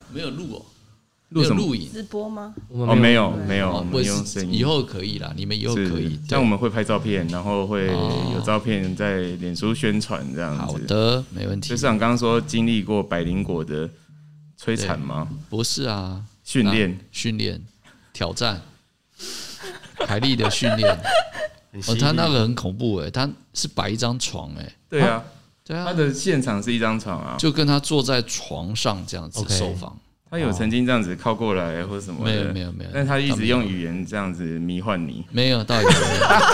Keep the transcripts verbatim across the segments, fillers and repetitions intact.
没有录哦。 录什么录影直播吗？ 哦，没有没有，我们用声音。 以后可以啦，你们以后可以。 像我们会拍照片，然后会有照片在脸书宣传这样子。 好的，没问题。 就像刚刚说，经历过百灵果的摧残吗？ 不是啊， 训练、 训练、挑战，凯莉的训练。哦，他那个很恐怖哎，他是摆一张床哎。 对啊， 对啊， 他的现场是一张床啊， 就跟他坐在床上这样子受访。 他有曾经这样子靠过来或者什么的， 没有没有没有， 但他一直用语言这样子迷幻你， 没有，倒也没有。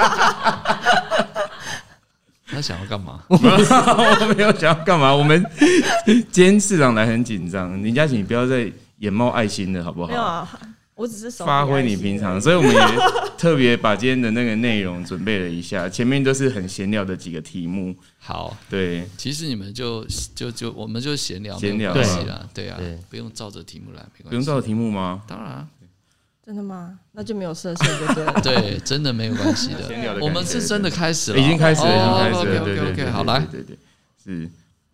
他想要干嘛？ 我没有想要干嘛。我们今天市长来很紧张，林嘉琪，你不要再眼冒爱心了，好不好？ 没有啊，我只是发挥你平常，所以我们也特别把今天的那个内容准备了一下，前面都是很闲聊的几个题目。 好， 对， 其实你们就就就我们就闲聊， 闲聊没有关系啦，对啊，不用照着题目来，没关系。 不用照着题目吗？ 当然、啊。 真的吗？那就没有设限就对了。 对，真的没有关系的。我们是真的开始了， 已经开始了，已经开始了。 OK OK OK， 好来， 对对是。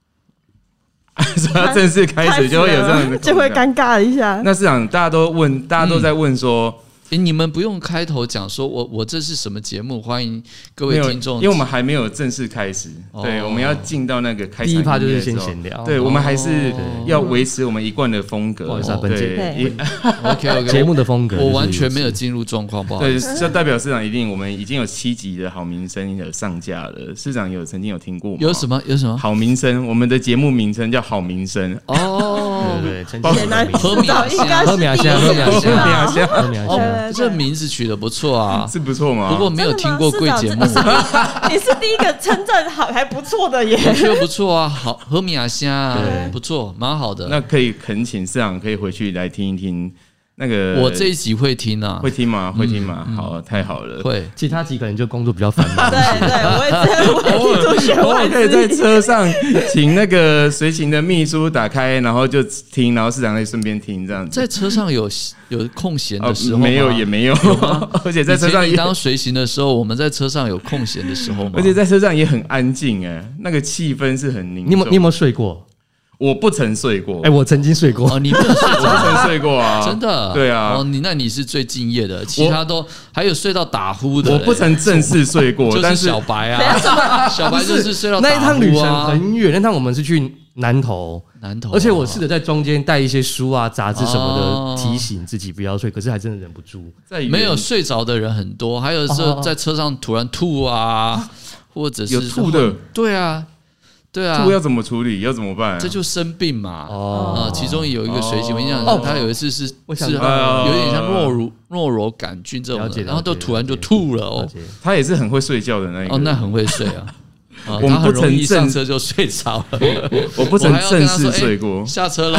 说要正式开始就会有这样的， 就会尴尬一下。 那市长大家都问，大家都在问说。 欸、你们不用开头讲说我我这是什么节目，欢迎各位听众， 因为我们还没有正式开始，哦、对，我们要进到那个开场第一趴就是先闲聊， 对，我们还是要维持我们一贯的风格。 不好意思啊，本节 OK OK 节目的风格， 我完全没有进入状况，不好意思。 对，这代表市长一定，我们已经有七集的好名声有上架了。市长有曾经有听过吗？ 有什么有什么好名声？我们的节目名称叫好名声哦， 对对， 简单和米亚虾， 和米亚虾，和米亚虾，和米亚虾， 这名字取得不错啊， 是不错吗？ 不过没有听过贵节目， 你是第一个称赞好还不错的耶， 我觉得不错啊，好和米亚虾，不错，蛮好的。 那可以恳请市长可以回去来听一听。那个我这一集会听啊， 会听吗？会听吗？好，太好了。 会， 其他集可能就工作比较繁忙。 对对，我会我会听出学外可以在车上请那个随行的秘书打开，然后就听，然后市长可以顺便听这样子。 在车上有有空闲的时候吗？ 没有也没有，而且在车上你当随行的时候，我们在车上有空闲的时候吗？ 而且在车上也很安静哎，那个气氛是很凝重。 你有没有你有没有睡过？ 我不曾睡过， 哎、欸，我曾经睡过。 哦，你没有睡过， 我不曾睡过啊， 真的， 对啊。 哦，你那你是最敬业的，其他都还有睡到打呼的。 我不曾正式睡过， 就是小白啊，小白就是睡到打呼啊。 那一趟旅程很远，那趟我们是去南投， 南投， 而且我试着在中间带一些书啊、杂志什么的，提醒自己不要睡，可是还真的忍不住。 没有睡着的人很多，还有时候在车上突然吐啊，或者是有吐的， 对啊。对啊， 吐要怎么处理？要怎么办、啊？ 这就生病嘛。 哦、 呃，其中有一个随行，我印象中他有一次是是有点像诺如诺如杆菌这种的，然后都突然就吐了哦。 他也是很会睡觉的那一个。 哦，那很会睡啊。 啊、我们不曾一上车就睡着了。 我不曾正式睡过。 欸、下车了。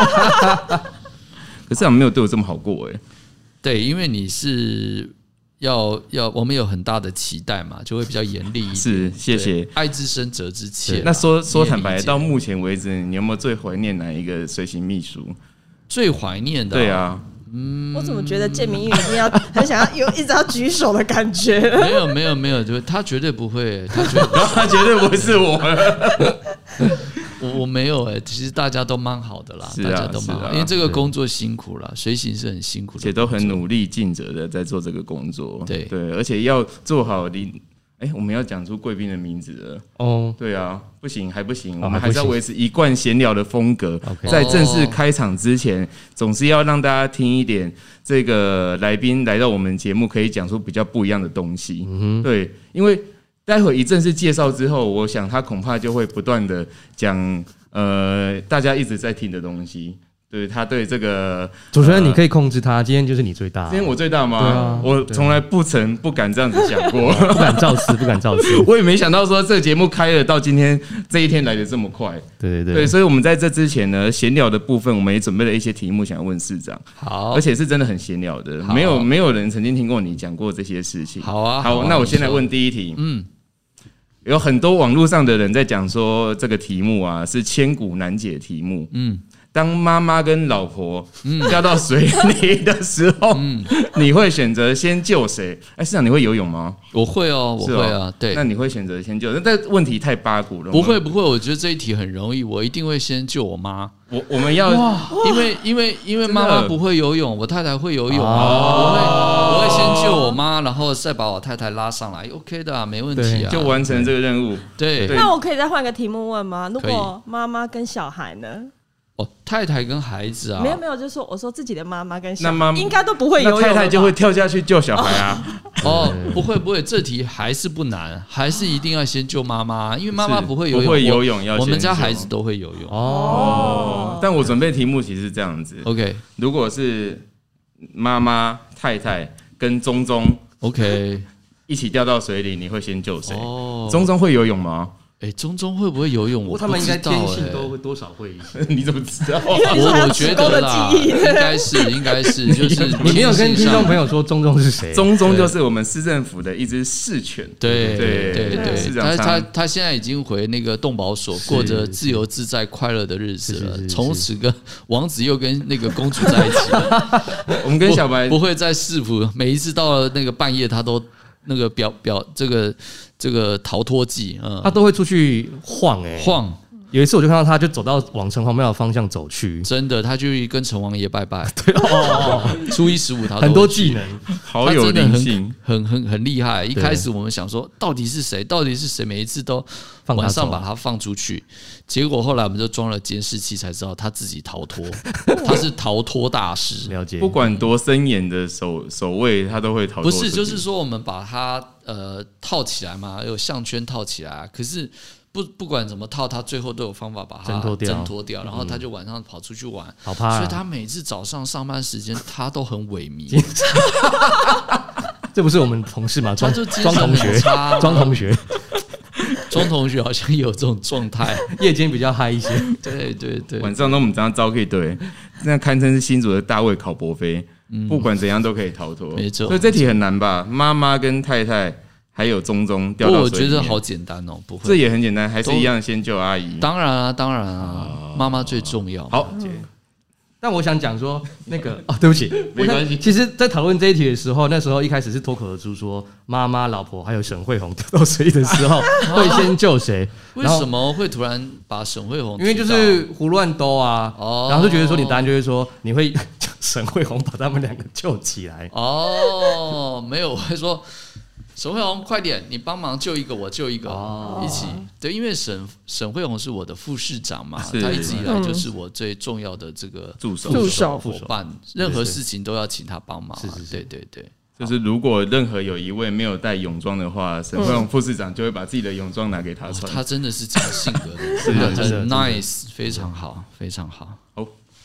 可是他没有对我这么好过哎、欸。 对，因为你是。要要，我们有很大的期待嘛，就会比较严厉一点。 是，谢谢。 爱之深，责之切。 那说说坦白，到目前为止，你有没有最怀念哪一个随行秘书？ 最怀念的、 啊，对啊。 嗯，我怎么觉得建明一定要很想要有一直要举手的感觉？ 没有没有没有，就他绝对不会，他绝对他绝对不是我。 我我没有哎、欸，其实大家都蛮好的啦， 啊、 大家都蛮好，啊、因为这个工作辛苦了，随行是很辛苦的， 而且都很努力尽责的在做这个工作。 对对，而且要做好你，哎、欸，我们要讲出贵宾的名字了哦。对啊，不行还不行，哦、我们还是要维持一贯闲聊的风格。在正式开场之前，总是要让大家听一点这个来宾来到我们节目可以讲出比较不一样的东西。嗯、对，因为。待会一正式介绍之后，我想他恐怕就会不断的讲，呃，大家一直在听的东西。对他对这个主持人，你可以控制他。今天就是你最大、啊， 今天我最大吗？啊、我从来不曾不敢这样子讲过， 不敢造次，不敢造次。 我也没想到说这个节目开了到今天这一天来的这么快。 对对 对, 对，所以我们在这之前呢，闲聊的部分我们也准备了一些题目想要问市长。 好， 而且是真的很闲聊的，没有没有人曾经听过你讲过这些事情。 好啊， 好， 好啊， 那我先来问第一题。 嗯。 有很多网络上的人在讲说这个题目啊是千古难解题目，嗯， 当妈妈跟老婆掉到水里的时候，嗯、你会选择先救谁？哎，市长你会游泳吗？ 我会哦，我会啊。对， 那你会选择先救？那这问题太八股了。 不会不会，我觉得这一题很容易，我一定会先救我妈。 我我们要， 因为因为因为妈妈不会游泳，我太太会游泳啊，我会我会先救我妈，然后再把我太太拉上来 ，OK 的、啊，没问题啊， 就完成这个任务。 对， 那我可以再换个题目问吗？如果妈妈跟小孩呢？ 哦，太太跟孩子啊， 没有没有，就是说我说自己的妈妈跟小孩应该都不会游泳， 那太太就会跳下去救小孩啊。 哦，不会不会，这题还是不难，还是一定要先救妈妈，因为妈妈不会游泳， 不会游泳要先救， 我们家孩子都会游泳。 哦，但我准备题目其实是这样子 ，OK， 如果是妈妈、太太跟钟钟 ，OK， 一起掉到水里，你会先救谁？哦，钟钟会游泳吗？ 哎，钟钟会不会游泳？我他们应该天性都会多少会一些。 你怎么知道？ 我我觉得啦，应该是应该是，就是你没有跟听众朋友说钟钟是谁？ 钟钟就是我们市政府的一只士犬。 对对对对， 他他他现在已经回那个动保所，过着自由自在、快乐的日子了。从此跟王子又跟那个公主在一起了。 我们跟小白不会在市府，每一次到了那个半夜，他都那个表表这个。这个逃脱记，嗯， 他都会出去晃哎、欸， 晃。 有一次我就看到他就走到往城隍庙的方向走去， 真的，他就跟城隍爷拜拜。 对哦， 初一十五他很多技能， 好有灵性， 很很很厉害。一开始我们想说到底是谁，到底是谁，每一次都晚上把他放出去，结果后来我们就装了监视器，才知道他自己逃脱，他是逃脱大师。 了解， 不管多森严的守守卫，他都会逃脱。 不是，就是说我们把他呃套起来嘛，有项圈套起来，可是。不不管怎么套，他最后都有方法把它挣脱掉，挣脱掉，然后他就晚上跑出去玩， 好怕、啊。 所以他每次早上上班时间，他都很萎靡。 这不是我们同事吗？庄庄同学，庄同学， 庄同学好像也有这种状态， 夜间比较嗨一些。 对对对， 晚上都我们这样招可以对，那堪称是新竹的大卫考伯菲，嗯、不管怎样都可以逃脱。 没错， 所以这题很难吧？妈妈跟太太。还有钟钟掉到水里面， 我觉得好简单哦，不会， 这也很简单，还是一样先救阿姨。 当然啊，当然啊，妈妈最重要。 好， 嗯、但我想讲说那个哦，对不起， 没关系。 其实，在讨论这一题的时候，那时候一开始是脱口而出说妈妈、老婆还有沈慧虹掉到水里的时候，会先救谁？ 为什么会突然把沈慧虹？ 因为就是胡乱兜啊，哦、然后就觉得说你答案就是说你会沈慧虹把他们两个救起来。 哦，没有，我会说。沈慧虹，快点，你帮忙救一个，我救一个，哦、一起。对，因为沈沈慧虹是我的副市长嘛，他一直以来就是我最重要的这个助手、 助手伙伴，任何事情都要请他帮忙。是是是对对对， 就是如果任何有一位没有带泳装的话，沈慧虹副市长就会把自己的泳装拿给他穿。 哦、他真的是这样性格的，是的，很 nice， 非常好，非常好。 好。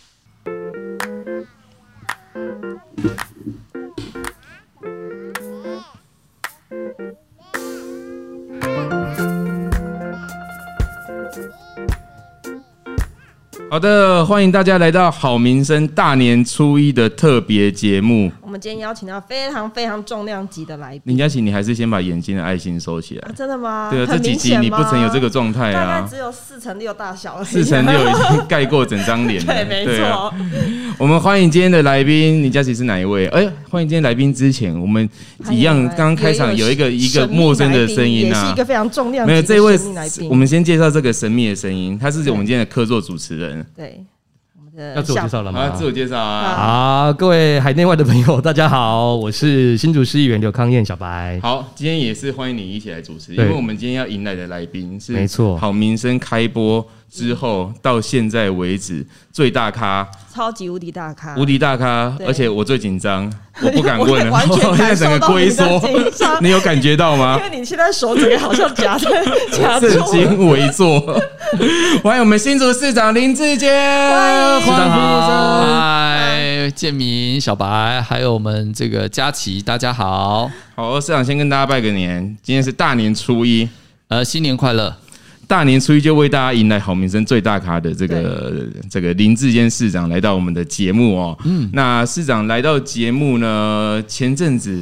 好的，欢迎大家来到好民生大年初一的特别节目。 我们今天邀请到非常非常重量级的来宾。 林佳琪，你还是先把眼睛的爱心收起来。 啊、真的吗？ 对啊，这几集你不曾有这个状态啊， 大概只有四乘六大小而已。 四乘六已经盖过整张脸了。 对，没错、啊。 我们欢迎今天的来宾，林佳琪是哪一位？哎、欸，欢迎今天来宾之前，我们一样刚刚开场有一个一个陌生的声音啊， 也是一个非常重量级的没有这位神秘来宾。 我们先介绍这个神秘的声音，他是我们今天的客座主持人。 对。 要自我介绍了吗？ 啊，自我介绍啊！ 好，各位海内外的朋友，大家好，我是新竹市议员刘康燕小白。 好，今天也是欢迎你一起来主持，因为我们今天要迎来的来宾是没错， 好民生开播之后到现在为止最大咖， 超级无敌大咖， 无敌大咖，而且我最紧张，我不敢问了， 完全现在整个龟缩，你有感觉到吗？ 因为你现在手整个好像夹在夹住， 正襟危坐。欢迎我们新竹市长林智坚， 欢迎市长好，嗨，建民、小白，还有我们这个佳琪，大家好。 好，市长先跟大家拜个年，今天是大年初一， 呃，新年快乐。 大年初一就为大家迎来好民生最大咖的这个这个林智坚市长来到我们的节目哦。嗯，那市长来到节目呢，前阵子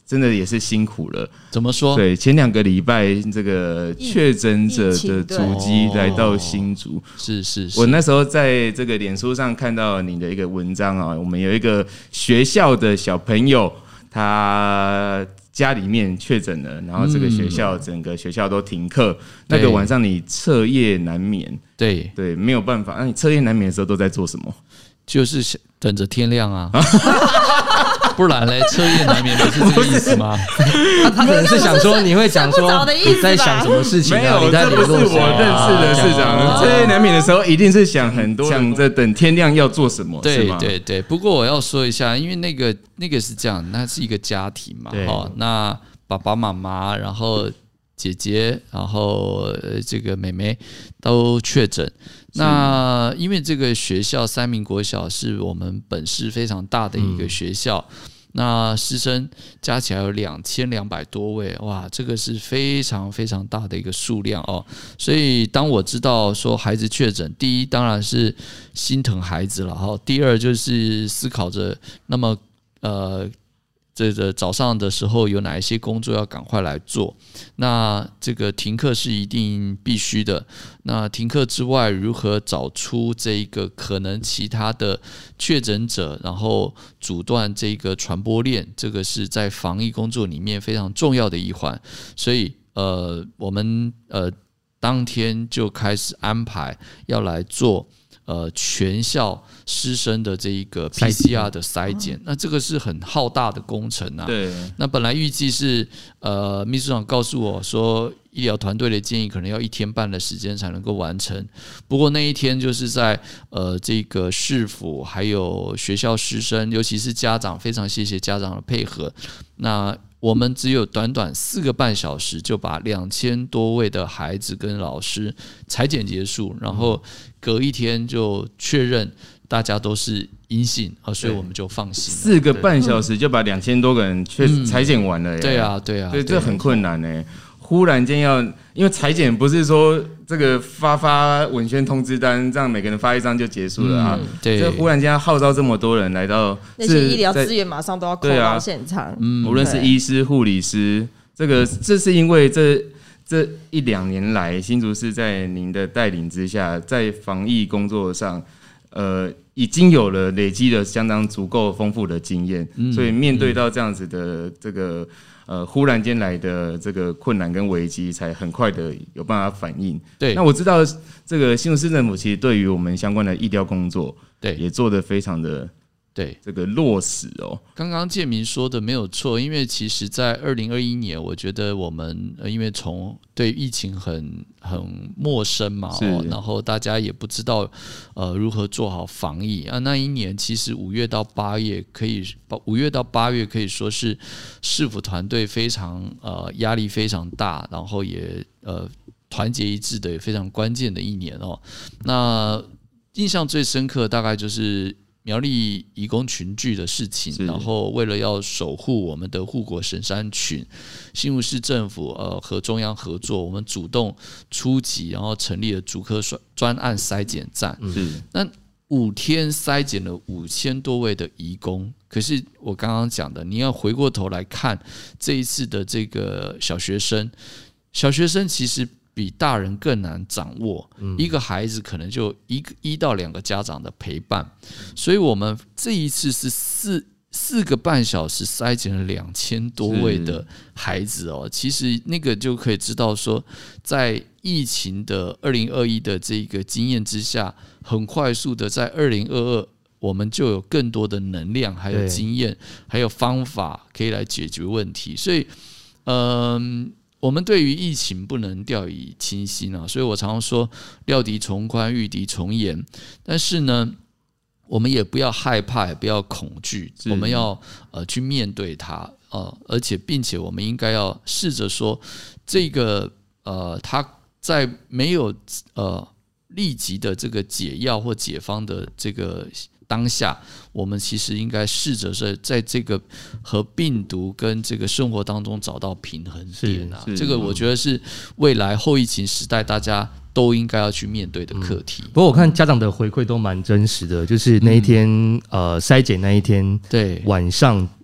真的也是辛苦了。 怎么说？ 对，前两个礼拜这个确诊者的足迹来到新竹， 是是是。 我那时候在这个脸书上看到你的一个文章啊，我们有一个学校的小朋友，他家里面确诊了，然后这个学校、嗯、整个学校都停课。那个晚上你彻夜难眠， 对对，没有办法。那你彻夜难眠的时候都在做什么？ 就是等着天亮啊。不然嘞，彻夜难眠不是这个意思吗？ 他他可能是想说，你会讲说你在想什么事情、啊？ 没有，这不是我认识的市长。彻夜难眠的时候，一定是想很多，想着等天亮要做什么， 对对对。不过我要说一下，因为那个那个是这样，那是一个家庭嘛，哦，那爸爸妈妈，然后姐姐，然后这个妹妹都确诊。那因为这个学校三民国小是我们本市非常大的一个学校，嗯、那师生加起来有两千两百多位，哇，这个是非常非常大的一个数量哦。所以当我知道说孩子确诊，第一当然是心疼孩子了哈，第二就是思考着那么呃。这个早上的时候有哪一些工作要赶快来做？那这个停课是一定必须的。那停课之外，如何找出这个可能其他的确诊者，然后阻断这个传播链，这个是在防疫工作里面非常重要的一环。所以，呃，我们呃当天就开始安排要来做。呃，全校师生的这一个 P C R 的筛检，那这个是很浩大的工程啊。 对。 那本来预计是，呃，秘书长告诉我说，医疗团队的建议可能要一天半的时间才能够完成。不过那一天就是在呃这个市府还有学校师生，尤其是家长，非常谢谢家长的配合。那我们只有短短四个半小时就把两千多位的孩子跟老师采检结束，然后隔一天就确认大家都是阴性，所以我们就放心了。 四个半小时就把两千多个人确采检完了耶、嗯， 对啊，对啊， 所以这很困难呢。忽然间要，因为采检不是说这个发发文宣通知单，这样每个人发一张就结束了啊。嗯、对，这忽然间要号召这么多人来到， 那些医疗资源马上都要扣到现场。啊、 嗯，无论是医师、护理师，这个这是因为这这一两年来，新竹市在您的带领之下，在防疫工作上，呃，已经有了累积了相当足够丰富的经验，嗯、所以面对到这样子的这个。呃，忽然间来的这个困难跟危机，才很快的有办法反应。 对， 那我知道这个新竹市政府其实对于我们相关的医疗工作，对，也做得非常的对这个落实哦。 刚刚建民说的没有错，因为其实，在二零二一年，我觉得我们因为从对疫情很很陌生嘛，哦，然后大家也不知道呃如何做好防疫啊。那一年其实五月到八月可以，五月到八月可以说是市府团队非常呃压力非常大，然后也呃团结一致的也非常关键的一年哦。那印象最深刻大概就是苗栗移工群聚的事情，然后为了要守护我们的护国神山群，新竹市政府呃和中央合作，我们主动出击，然后成立了竹科专案筛检站。嗯，那五天筛检了五千多位的移工，可是我刚刚讲的，你要回过头来看这一次的这个小学生，小学生其实比大人更难掌握，嗯、一个孩子可能就一个一到两个家长的陪伴，所以我们这一次是四四个半小时筛检了两千多位的孩子哦。其实那个就可以知道说，在疫情的二零二一的这个经验之下，很快速的在二零二二，我们就有更多的能量，还有经验，还有方法可以来解决问题。所以，嗯。我们对于疫情不能掉以轻心啊，所以我常常说料敌从宽，御敌从严。但是呢，我们也不要害怕，也不要恐惧，我们要呃去面对它，呃，而且并且我们应该要试着说，这个呃，它在没有呃立即的这个解药或解方的这个当下，我们其实应该试着是在这个和病毒跟这个生活当中找到平衡点啊。这个我觉得是未来后疫情时代大家都应该要去面对的课题。嗯、 不过我看家长的回馈都蛮真实的，就是那一天、嗯、呃筛检那一天，对晚上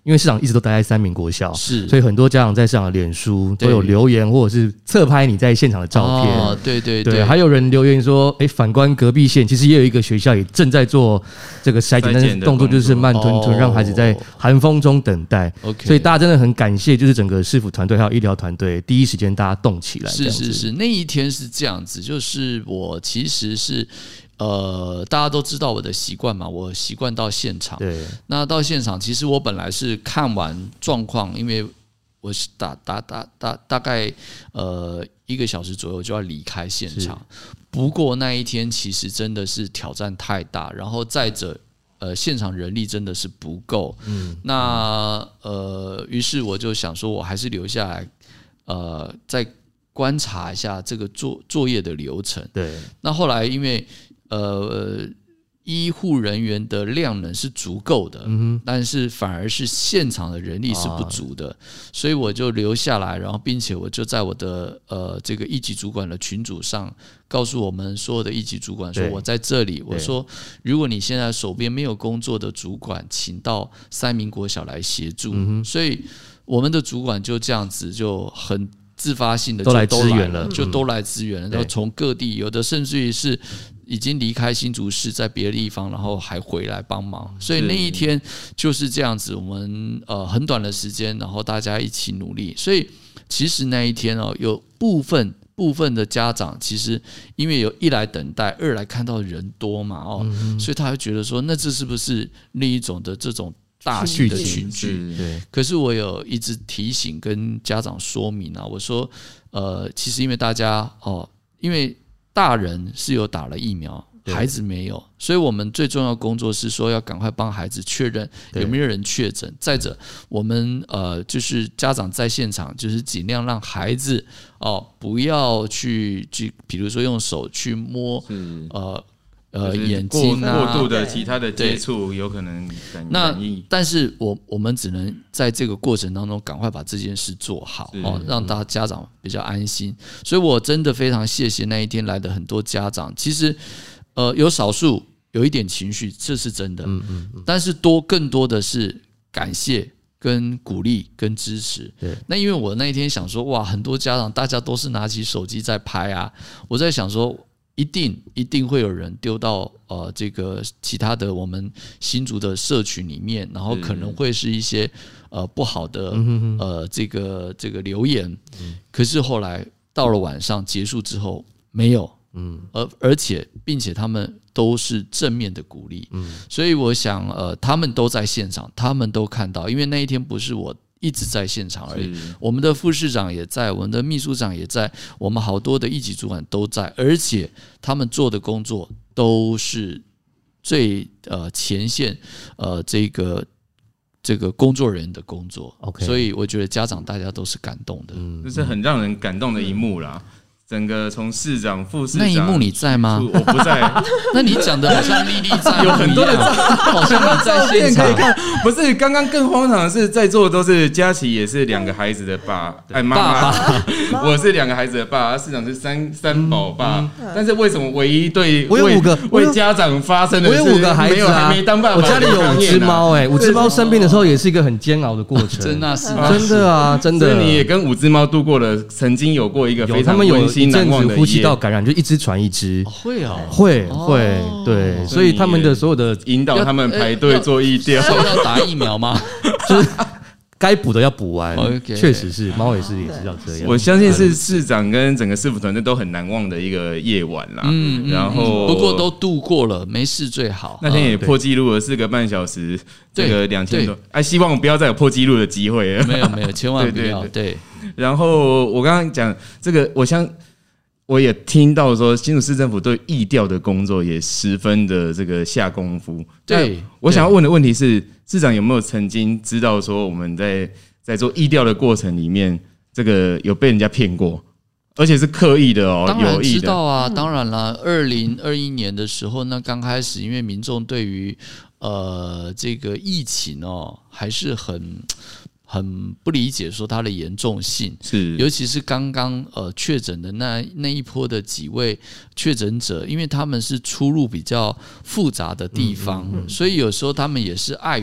因为市长一直都待在三民国小， 是， 所以很多家长在市长的脸书都有留言，或者是侧拍你在现场的照片。 哦，对对 对, 对，还有人留言说，哎，反观隔壁县，其实也有一个学校也正在做这个筛检，但是动作就是慢吞吞，让孩子在寒风中等待。 OK， 所以大家真的很感谢，就是整个市府团队还有医疗团队，第一时间大家动起来。 是是是，那一天是这样子，就是我其实是。呃，大家都知道我的习惯嘛，我习惯到现场。 对， 那到现场，其实我本来是看完状况，因为我是大大大大大概呃一个小时左右就要离开现场。不过那一天其实真的是挑战太大，然后再者，呃，现场人力真的是不够。嗯，那呃，于是我就想说，我还是留下来，呃，再观察一下这个作作业的流程。 对， 那后来因为呃，医护人员的量能是足够的，嗯、但是反而是现场的人力是不足的，啊、所以我就留下来，然后并且我就在我的呃这个一级主管的群组上告诉我们所有的一级主管说，我在这里，我说如果你现在手边没有工作的主管，请到三民国小来协助。嗯、所以我们的主管就这样子就很。自发性的就都来支援了， 就都来支援了，然后从各地有的甚至于是已经离开新竹市，在别的地方，然后还回来帮忙。所以那一天就是这样子，我们呃很短的时间，然后大家一起努力。所以其实那一天哦，有部分部分的家长其实因为有一来等待，二来看到人多嘛哦，嗯、所以他会觉得说，那这是不是另一种的这种。大型的群聚，对。可是我有一直提醒跟家长说明啊，我说，呃，其实因为大家哦，因为大人是有打了疫苗，孩子没有，所以我们最重要的工作是说要赶快帮孩子确认有没有人确诊。再者，我们呃就是家长在现场，就是尽量让孩子哦不要去去，比如说用手去摸呃。呃，眼睛啊， 过度的其他的接触有可能感那，但是我我们只能在这个过程当中赶快把这件事做好哦，让大家家长比较安心。所以我真的非常谢谢那一天来的很多家长。其实，呃，有少数有一点情绪，这是真的，嗯嗯嗯，但是多更多的是感谢。跟鼓励跟支持，对。那因为我那一天想说，哇，很多家长大家都是拿起手机在拍啊，我在想说。一定一定会有人丢到呃这个其他的我们新竹的社群里面，然后可能会是一些呃不好的呃这个这个留言。可是后来到了晚上结束之后没有，嗯，而而且并且他们都是正面的鼓励，嗯，所以我想呃他们都在现场，他们都看到，因为那一天不是我。一直在现场而已，我们的副市长也在，我们的秘书长也在，我们好多的一级主管都在，而且他们做的工作都是最呃前线呃这个这个工作人员的工作， okay. 所以我觉得家长大家都是感动的， 嗯，这是很让人感动的一幕啦。整个从市长、副市长， 那一幕你在吗？ 我不在。 那你讲的好像历历在， 有很多的， 好像你在现场。 可以看，不是刚刚更荒唐的是，在座的都是佳琪，也是两个孩子的爸，哎妈妈，我是两个孩子的爸，市长是三三宝爸。嗯、但是为什么唯一对我有五个为家长发生的是， 我有五个孩子、啊， 还没当爸爸， 我家里有五只猫，哎，五只猫生病的时候也是一个很煎熬的过程， 真的是真的啊，真的。 所以你也跟五只猫度过了，曾经有过一个非常温馨难忘的呼吸道感染，就一只传一只， 哦、会啊， 会会，对，所以他们的所有的引导他们排队做疫调， 要打疫苗吗？ 就是该补的要补完，确实是猫也是也是要这样。 我相信是市长跟整个市府团队都很难忘的一个夜晚啦。嗯，然后不过都度过了，没事最好。 那天也破纪录了四个半小时，这个两千多，哎，希望不要再有破纪录的机会了。 没有没有，千万不要。对。 然后我刚刚讲这个，我相。我也听到说，新竹市政府对疫调的工作也十分的这个下功夫。 对， 我想要问的问题是，市长有没有曾经知道说，我们在在做疫调的过程里面，这个有被人家骗过，而且是刻意的哦， 当然知道啊， 嗯、 当然了。二零二一年的时候，那刚开始，因为民众对于呃这个疫情哦，还是很。很不理解说它的严重性， 是尤其是刚刚呃确诊的那那一波的几位确诊者，因为他们是出入比较复杂的地方，嗯嗯嗯所以有时候他们也是碍于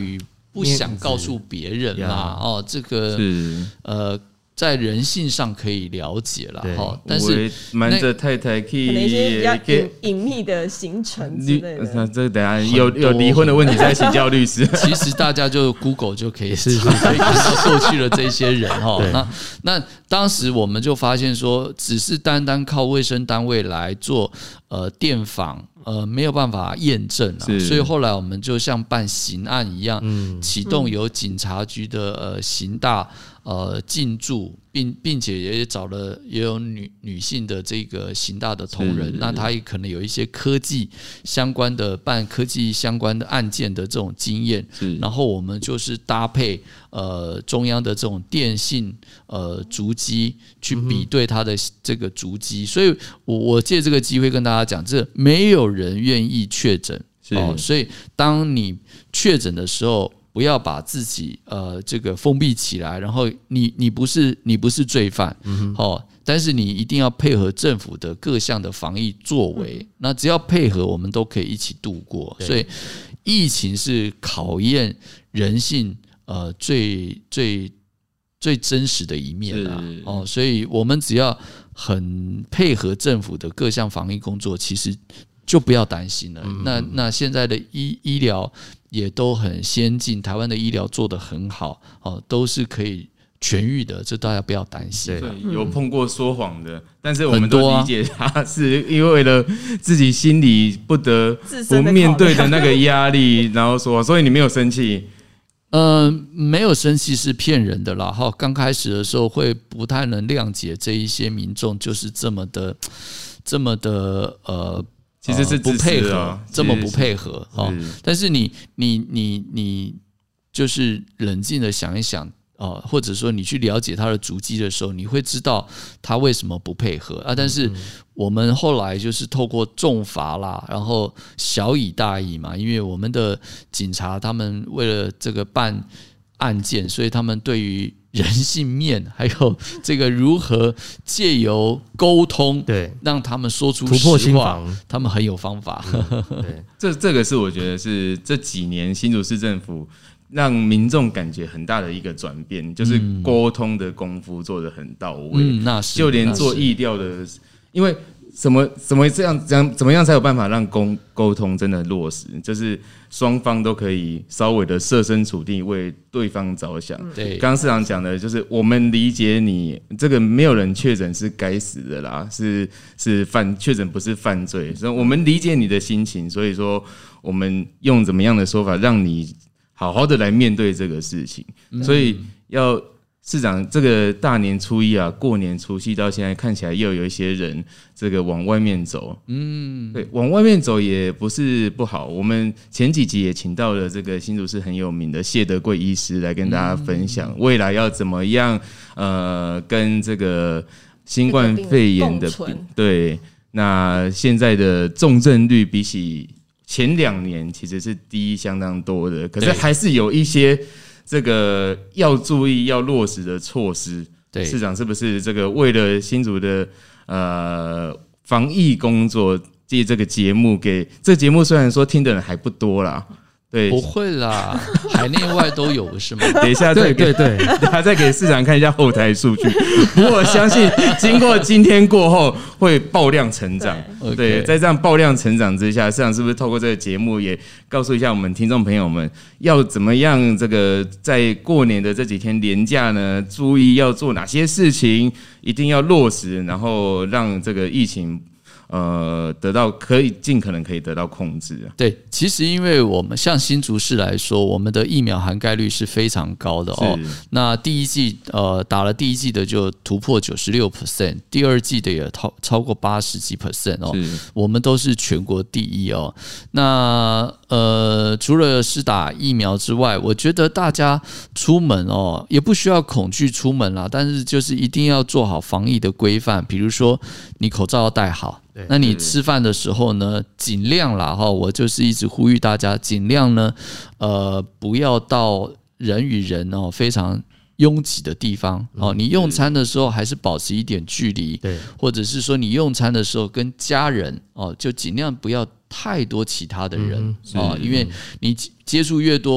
不想告诉别人嘛，哦，这个呃。在人性上可以了解了哈，但是瞒着太太可以可能一些比较隐隐秘的行程之类的。 那这等下有有离婚的问题再请教律师。 其实大家就 Google 就可以是可以看到过去的这些人哈。那那当时我们就发现说，只是单单靠卫生单位来做呃电访。呃，没有办法验证啊，所以后来我们就像办刑案一样，嗯、启动由警察局的呃刑大呃进驻，并并且也找了也有女女性的这个刑大的同仁，那他也可能有一些科技相关的办科技相关的案件的这种经验，然后我们就是搭配呃中央的这种电信呃足迹去比对它的这个足迹，所以我我借这个机会跟大家讲，这没有人愿意确诊哦，所以当你确诊的时候，不要把自己呃这个封闭起来，然后你你不是你不是罪犯，嗯、哦，但是你一定要配合政府的各项的防疫作为，嗯、那只要配合，我们都可以一起度过。所以疫情是考验人性呃最最最真实的一面啊，哦，所以我们只要很配合政府的各项防疫工作，其实就不要担心了。嗯、那那现在的医医疗也都很先进，台湾的医疗做得很好，哦，都是可以痊愈的，这大家不要担心。 对，有碰过说谎的，但是我们都理解他是因为了自己心里不得不面对的那个压力，然后说，所以你没有生气。 呃，没有生气是骗人的啦。哈，刚开始的时候会不太能谅解这一些民众就是这么的、这么的呃， 其实是不配合，这么不配合哈。但是你你你你就是冷静的想一想。呃、或者说你去了解他的足迹的时候，你会知道他为什么不配合啊。但是我们后来就是透过重罚啦，然后小以大义嘛，因为我们的警察他们为了这个办案件，所以他们对于人性面还有这个如何借由沟通，对，让他们说出实话，他们很有方法。 嗯、对，这这个是我觉得是这几年新竹市政府让民众感觉很大的一个转变，就是沟通的功夫做得很到位，嗯、那是就连做疫调的，因为怎么怎么这样怎样怎么样才有办法让沟沟通真的落实，就是双方都可以稍微的设身处地为对方着想。对，刚刚市长讲的就是我们理解你这个没有人确诊是该死的啦，是是犯确诊不是犯罪，所以我们理解你的心情，所以说我们用怎么样的说法让你好好的来面对这个事情，所以要市长这个大年初一啊，过年除夕到现在看起来又有一些人这个往外面走，嗯，对，往外面走也不是不好。我们前几集也请到了这个新竹市很有名的谢德贵医师来跟大家分享未来要怎么样呃跟这个新冠肺炎的对，那现在的重症率比起前两年其实是低相当多的，可是还是有一些这个要注意要落实的措施。对，市长是不是这个为了新竹的呃防疫工作，借这个节目给这个节目虽然说听的人还不多啦。对， 不会啦，海内外都有，不是吗？ 等一下再给，对对对，等一下再给市长看一下后台数据。不过我相信，经过今天过后，会爆量成长。对， 对，在这样爆量成长之下，市长是不是透过这个节目，也告诉一下我们听众朋友们，要怎么样这个在过年的这几天连假呢？注意要做哪些事情，一定要落实，然后让这个疫情。呃，得到可以尽可能可以得到控制啊。 对，其实因为我们像新竹市来说，我们的疫苗涵盖率是非常高的哦。那第一季呃打了第一季的就突破九十六 percent， 第二季的也超超过八十几 percent 哦。我们都是全国第一哦。那呃，除了施打疫苗之外，我觉得大家出门哦，也不需要恐惧出门啦，但是就是一定要做好防疫的规范，比如说你口罩要戴好。那你吃饭的时候呢，尽量啦哈，我就是一直呼吁大家，尽量呢，呃，不要到人与人哦非常拥挤的地方哦。你用餐的时候还是保持一点距离，对，或者是说你用餐的时候跟家人哦，就尽量不要太多其他的人哦，因为你接触越多。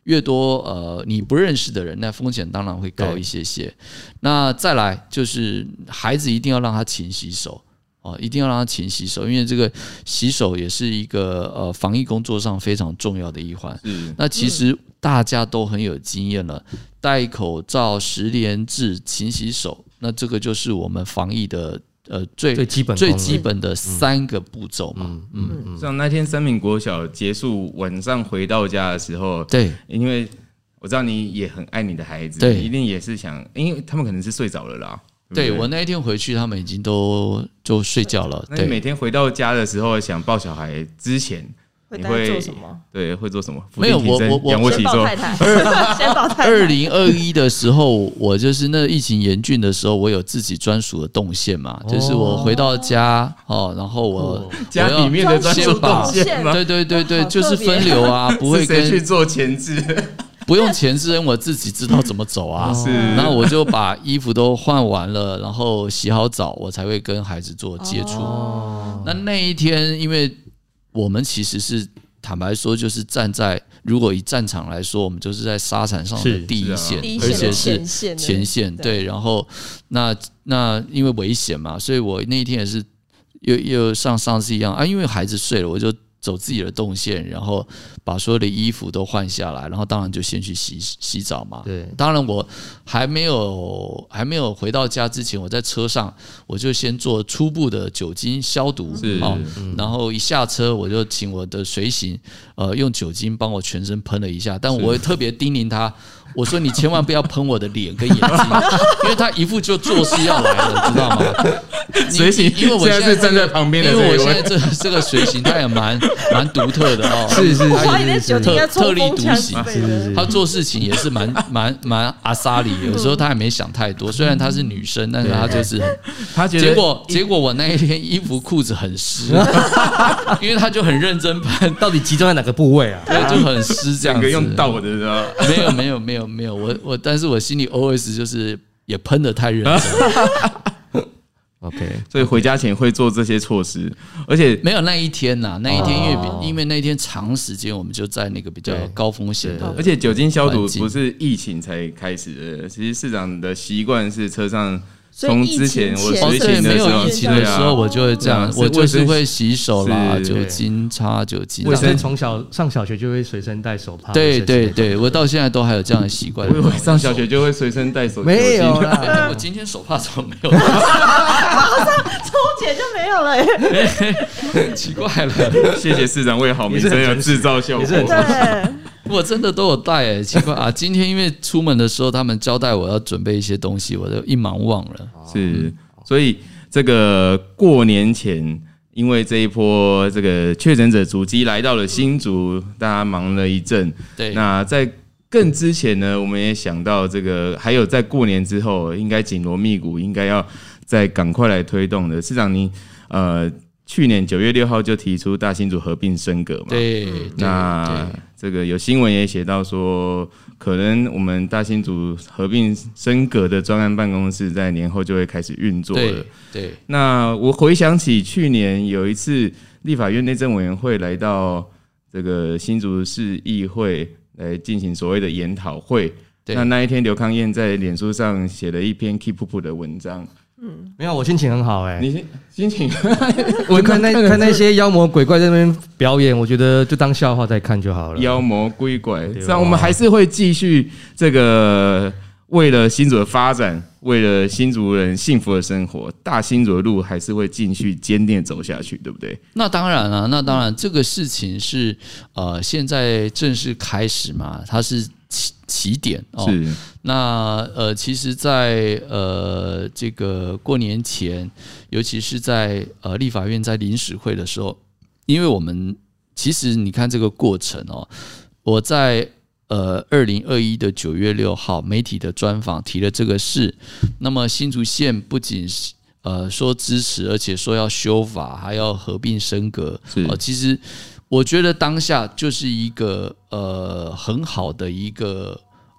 越多呃你不认识的人，那风险当然会高一些些。那再来就是孩子一定要让他勤洗手。哦，一定要让他勤洗手，因为这个洗手也是一个呃防疫工作上非常重要的一环。那其实大家都很有经验了，戴口罩、实联制、勤洗手，那这个就是我们防疫的呃最最基本最基本的三个步骤嘛。嗯嗯嗯。像那天三民国小结束晚上回到家的时候， 对， 因为我知道你也很爱你的孩子， 对， 一定也是想，因为他们可能是睡着了啦。 对, 对我那一天回去，他们已经都就睡觉了。 那你每天回到家的时候，想抱小孩之前，你会做什么？ 对，会做什么？ 没有，我我我仰卧起坐。 先抱太太。 二零二一的时候，我就是那疫情严峻的时候，我有自己专属的动线嘛，哦、就是我回到家哦，然后我、哦、 家里面的专属动线嘛， 对对对对，就是分流啊，不会跟谁去做前置。 不用前置，我自己知道怎么走啊。是，然后我就把衣服都换完了，然后洗好澡，我才会跟孩子做接触。哦、那那一天，因为我们其实是坦白说，就是站在如果以战场来说，我们就是在沙场上的第一线，而且是前线。对，然后那那因为危险嘛，所以我那一天也是又又像上次一样啊，因为孩子睡了，我就走自己的动线，然后把所有的衣服都换下来，然后当然就先去洗洗澡嘛。对，当然我还没有还没有回到家之前，我在车上我就先做初步的酒精消毒，哦嗯、然后一下车我就请我的随行呃用酒精帮我全身喷了一下，但我会特别叮咛他。我说你千万不要喷我的脸跟眼睛，因为他一副就做事要来了，知道吗？ 随行，因为我现在是站在旁边的， 因为我现在这这个随行他也蛮蛮独特的哦， 是是是，特特立独行，他做事情也是蛮蛮蛮阿莎里，有时候他也没想太多，虽然她是女生，但是她就是他觉得结果结果我那一天衣服裤子很湿，因为他就很认真喷， 到底集中在哪个部位啊？ 对，就很湿这样子， 用倒的知道？ 没有没有没有。没有，我我，但是我心里 O S 就是也喷得太认真。 OK， 所以回家前会做这些措施，而且没有那一天呐、啊，那一天因为、哦、因为那一天长时间我们就在那个比较高风险的， 而且酒精消毒不是疫情才开始的，其实市长的习惯是车上。从之前我随行的时候，没有疫情的时候，我就会这样，我就是会洗手啦，酒精擦酒精。 卫生从小上小学就会随身带手帕。 对对对，我到现在都还有这样的习惯。 我上小学就会随身带手， 没有啦。 我今天手帕怎么没有？ 马上抽检就没有了， 奇怪了。 谢谢市长为好民生有制造效果。 对。 我真的都有带诶、欸，奇怪啊！今天因为出门的时候，他们交代我要准备一些东西，我就一忙忘了。 是，所以这个过年前，因为这一波这个确诊者足迹来到了新竹，大家忙了一阵。对，那在更之前呢，我们也想到这个，还有在过年之后，应该紧锣密鼓，应该要再赶快来推动的。市长，你呃。去年九月六号就提出大新竹合并升格嘛？ 对， 那这个有新闻也写到说，可能我们大新竹合并升格的专案办公室在年后就会开始运作了。 对，对。 那我回想起去年有一次立法院内政委员会来到这个新竹市议会来进行所谓的研讨会，那那一天刘康燕在脸书上写了一篇 keep up 的文章。 嗯，没有，我心情很好哎、欸。 你心情？ 我看那看那些妖魔鬼怪在那边表演，我觉得就当笑话再看就好了。 妖魔鬼怪，这样我们还是会继续这个为了新竹的发展，为了新竹人幸福的生活，大新竹的路还是会继续坚定走下去，对不对？ 那当然啊，那当然，这个事情是呃，现在正式开始嘛，它是。起起点哦，是那呃，其实在，在呃这个过年前，尤其是在呃立法院在临时会的时候，因为我们其实你看这个过程哦，我在呃二零二一的九月六号媒体的专访提了这个事，那么新竹县不仅是呃说支持，而且说要修法，还要合并升格，哦，其实。我觉得当下就是一个呃很好的一个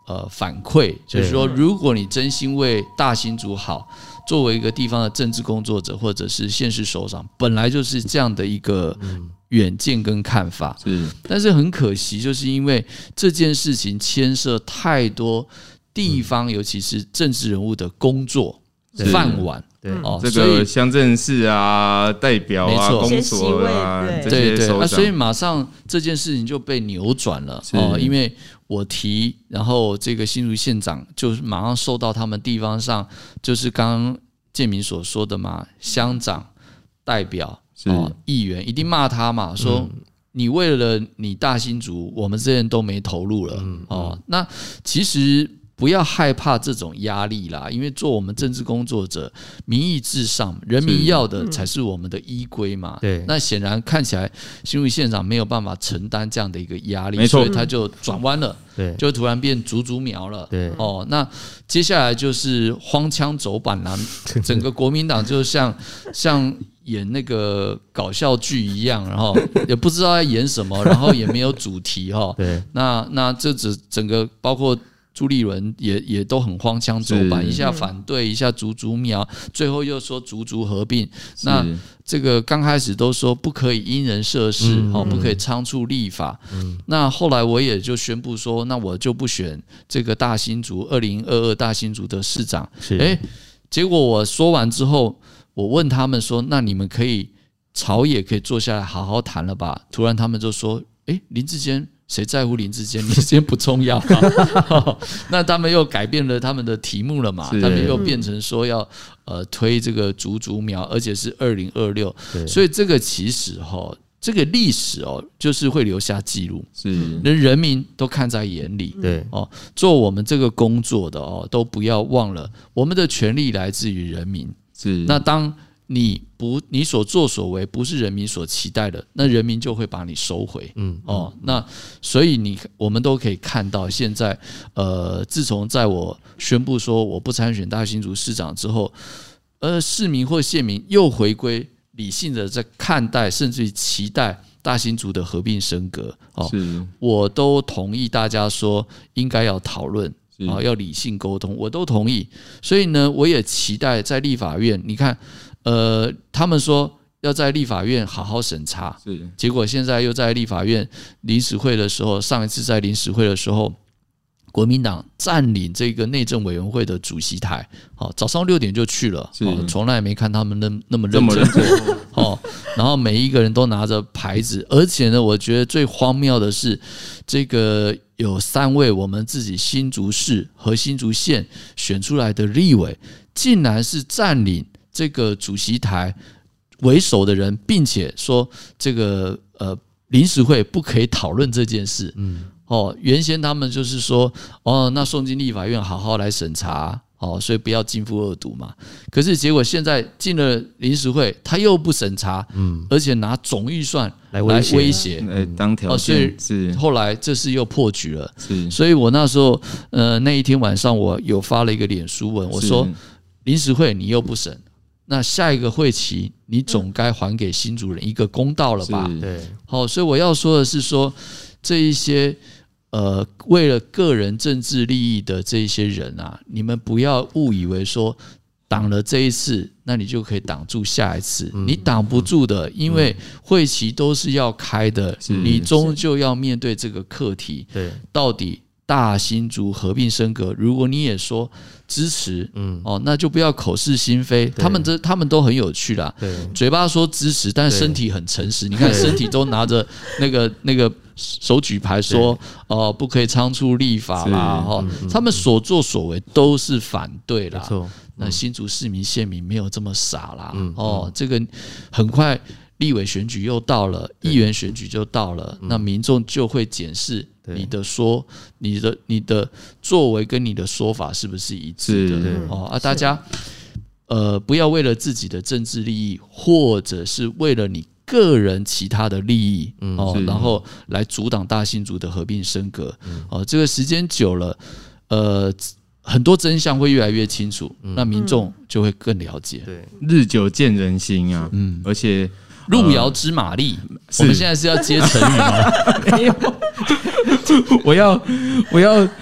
呃反馈，就是说，如果你真心为大新竹好，作为一个地方的政治工作者或者是县市首长，本来就是这样的一个远见跟看法。 是， 但是很可惜，就是因为这件事情牵涉太多地方，尤其是政治人物的工作饭碗。 对哦，这个乡镇市啊、代表啊、公所啊， 对对，那所以马上这件事情就被扭转了哦，因为我提，然后这个新竹县长就马上受到他们地方上，就是刚刚建民所说的嘛，乡长、代表、哦、议员一定骂他嘛，说你为了你大新竹，我们这些人都没投入了、嗯、哦，那其实。不要害怕这种压力啦，因为做我们政治工作者，民意至上，人民要的才是我们的依归嘛。对，那显然看起来新竹县长没有办法承担这样的一个压力，所以他就转弯了，对，就突然变竹竹苗了。对，哦，那接下来就是荒腔走板啦，整个国民党就像像演那个搞笑剧一样，然后也不知道在演什么，然后也没有主题哈。对，那那这整整个包括。朱立伦也也都很荒腔走板，一下反对，一下竹竹苗，最后又说竹竹合并。那这个刚开始都说不可以因人设事，嗯哦、不可以仓促立法。嗯、那后来我也就宣布说，那我就不选这个大新竹二零二二大新竹的市长。哎，结果我说完之后，我问他们说，那你们可以朝野可以坐下来好好谈了吧？突然他们就说，哎，林智坚。谁在乎林智坚？林智坚不重要、啊、那他们又改变了他们的题目了嘛？他们又变成说要呃推这个竹竹苗，而且是二零二六，所以这个其实哈，这个历史哦，就是会留下记录，是人人民都看在眼里，对哦，做我们这个工作的哦，都不要忘了，我们的权利来自于人民，是那当。你不，你所作所为不是人民所期待的，那人民就会把你收回。嗯，哦，那所以你我们都可以看到，现在呃，自从在我宣布说我不参选大新竹市长之后，呃，市民或县民又回归理性的在看待，甚至于期待大新竹的合并升格。哦，我都同意大家说应该要讨论。哦，要理性沟通，我都同意。所以呢，我也期待在立法院，你看。呃，他们说要在立法院好好审查，结果现在又在立法院临时会的时候，上一次在临时会的时候，国民党占领这个内政委员会的主席台，好，早上六点就去了，从来没看他们那那么认真过，哦，然后每一个人都拿着牌子，而且呢，我觉得最荒谬的是，这个有三位我们自己新竹市和新竹县选出来的立委，竟然是占领。这个主席台为首的人，并且说这个呃临时会不可以讨论这件事。嗯，哦，原先他们就是说，哦，那送进立法院好好来审查，哦，所以不要尽付恶毒嘛。可是结果现在进了临时会，他又不审查，嗯，而且拿总预算来威胁， 来当条件， 哦，所以后来这事又破局了。是，所以我那时候呃那一天晚上，我有发了一个脸书文，我说临时会你又不审。那下一个会期，你总该还给新竹人一个公道了吧？对，好，所以我要说的是说，这一些呃为了个人政治利益的这一些人啊，你们不要误以为说挡了这一次，那你就可以挡住下一次，嗯、你挡不住的，因为会期都是要开的，你终究要面对这个课题。对，到底。大新竹合并升格，如果你也说支持，嗯，哦，那就不要口是心非。他们这他们都很有趣啦，嘴巴说支持，但身体很诚实。你看身体都拿着那个那个手举牌说，哦、呃，不可以仓促立法啦，哈、嗯，他们所作所为都是反对啦。嗯、那新竹市民县民没有这么傻啦，嗯、哦，这个很快。立委选举又到了，议员选举就到了，那民众就会检视你的说、你的、你的作为跟你的说法是不是一致的哦啊！大家呃不要为了自己的政治利益，或者是为了你个人其他的利益哦，然后来阻挡大新竹的合并升格哦。这个时间久了，呃。很多真相会越来越清楚，嗯、那民众就会更了解。对， 日久见人心啊，嗯，而且路遥知马力。呃、我们现在是要接成语吗？ 没有，我要我要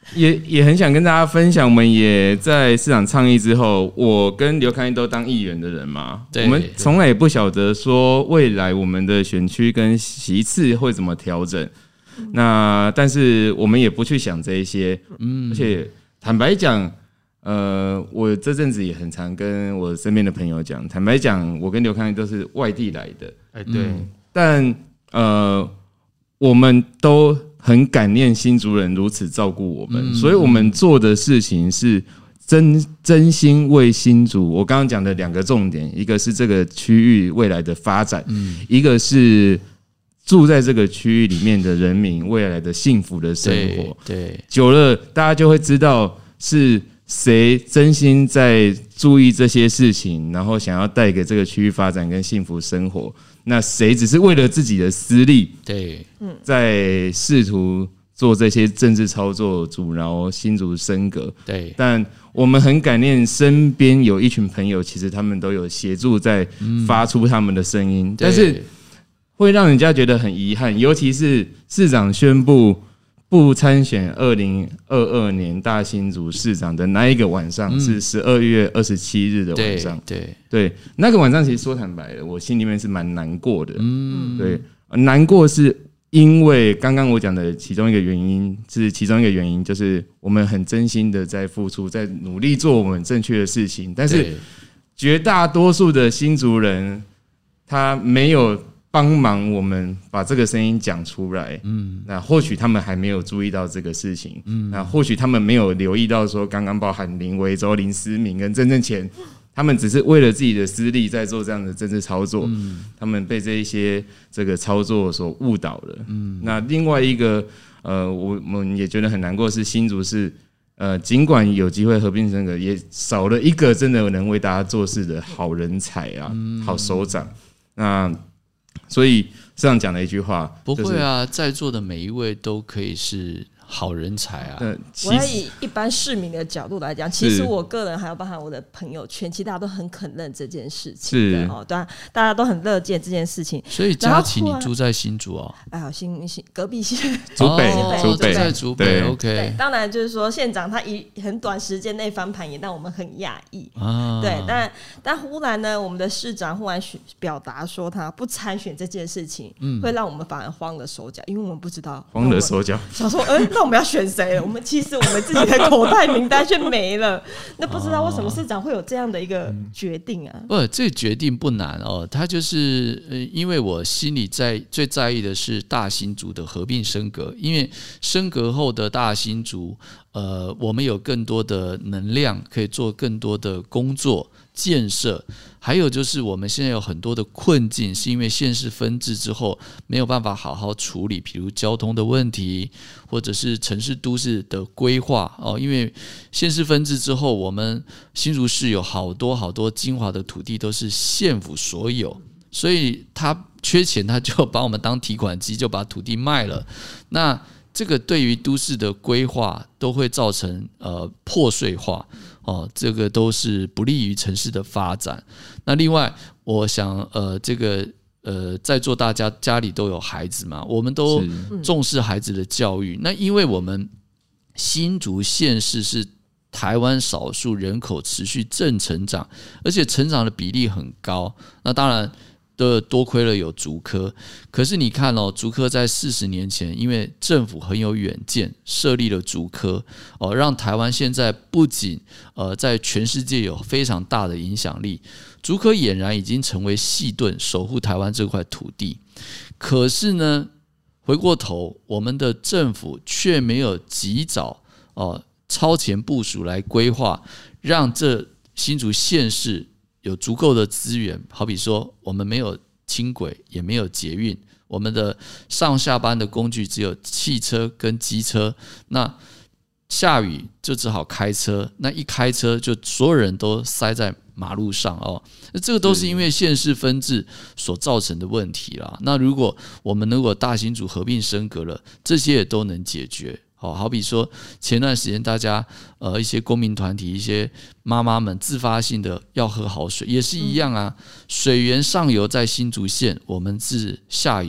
也也很想跟大家分享，我们也在市长倡议之后，我跟刘康义都当议员的人嘛，我们从来也不晓得说未来我们的选区跟席次会怎么调整。那但是我们也不去想这一些，嗯，而且坦白讲，呃，我这阵子也很常跟我身边的朋友讲，坦白讲，我跟刘康义都是外地来的， 哎，对，嗯、 但呃，我们都很感念新竹人如此照顾我们，嗯、所以我们做的事情是真真心为新竹。我刚刚讲的两个重点，一个是这个区域未来的发展，嗯、一个是住在这个区域里面的人民未来的幸福的生活。 对，对久了大家就会知道是谁真心在注意这些事情，然后想要带给这个区域发展跟幸福生活。那谁只是为了自己的私利， 对， 在试图做这些政治操作，阻挠新竹升格。 对， 但我们很感念身边有一群朋友，其实他们都有协助在发出他们的声音，嗯、但是会让人家觉得很遗憾，尤其是市长宣布不参选二零二二年大新竹市长的那一个晚上，嗯、是十二月二十七日的晚上。 对 对, 对，那个晚上其实说坦白的，我心里面是蛮难过的。嗯，对，难过是因为刚刚我讲的其中一个原因，是其中一个原因就是我们很真心的在付出，在努力做我们正确的事情，但是绝大多数的新竹人他没有帮忙我们把这个声音讲出来，嗯，那或许他们还没有注意到这个事情，嗯，那或许他们没有留意到说，刚刚包含林维洲、林思明跟郑正乾，他们只是为了自己的私利在做这样的政治操作，嗯，他们被这一些这个操作所误导了，嗯，那另外一个，呃，我们也觉得很难过是新竹市，呃，尽管有机会合并升格，也少了一个真的能为大家做事的好人才啊，嗯、好首长，那。所以市长讲了一句话， 不会啊，在座的每一位都可以是好人才啊！ 我要以一般市民的角度来讲，其实我个人还有包含我的朋友圈，其实大家都很肯认这件事情的哦，对，大家都很乐见这件事情。 所以佳琪，你住在新竹哦？ 哎呀，新新隔壁县竹北， 竹北在竹北 ，OK。 对，当然就是说县长他以很短时间内翻盘，也让我们很讶异啊。对，但但忽然呢，我们的市长忽然表达说他不参选这件事情，嗯、会让我们反而慌了手脚，因为我们不知道慌了手脚， 想说，哎、欸，那我们要选谁了？我们其实我们自己的口袋名单却没了，那不知道为什么市长会有这样的一个决定啊？ 不，这个决定不难哦，他就是呃，因为我心里在最在意的是大新竹的合并升格，因为升格后的大新竹，呃，我们有更多的能量可以做更多的工作建设，还有就是我们现在有很多的困境，是因为县市分治之后没有办法好好处理，比如交通的问题，或者是城市都市的规划哦。因为县市分治之后，我们新竹市有好多好多精华的土地都是县府所有，所以他缺钱，他就把我们当提款机，就把土地卖了。那这个对于都市的规划都会造成呃破碎化。哦，这个都是不利于城市的发展。那另外，我想，呃，这个呃，在座大家家里都有孩子嘛，我们都重视孩子的教育。那因为我们新竹县市是台湾少数人口持续正成长，而且成长的比例很高。那当然。都多亏了有竹科，可是你看哦，竹科在四十年前，因为政府很有远见，设立了竹科哦，让台湾现在不仅呃在全世界有非常大的影响力，竹科俨然已经成为细盾，守护台湾这块土地。可是呢，回过头，我们的政府却没有及早哦超前部署来规划，让这新竹县市。有足够的资源，好比说我们没有轻轨，也没有捷运，我们的上下班的工具只有汽车跟机车，那下雨就只好开车，那一开车就所有人都塞在马路上哦，那这个都是因为县市分治所造成的问题啦。那如果我们如果大新竹合并升格了，这些也都能解决。好比说前段时间大家呃一些公民团体一些妈妈们自发性的要喝好水也是一样啊，水源上游在新竹县，我们是下游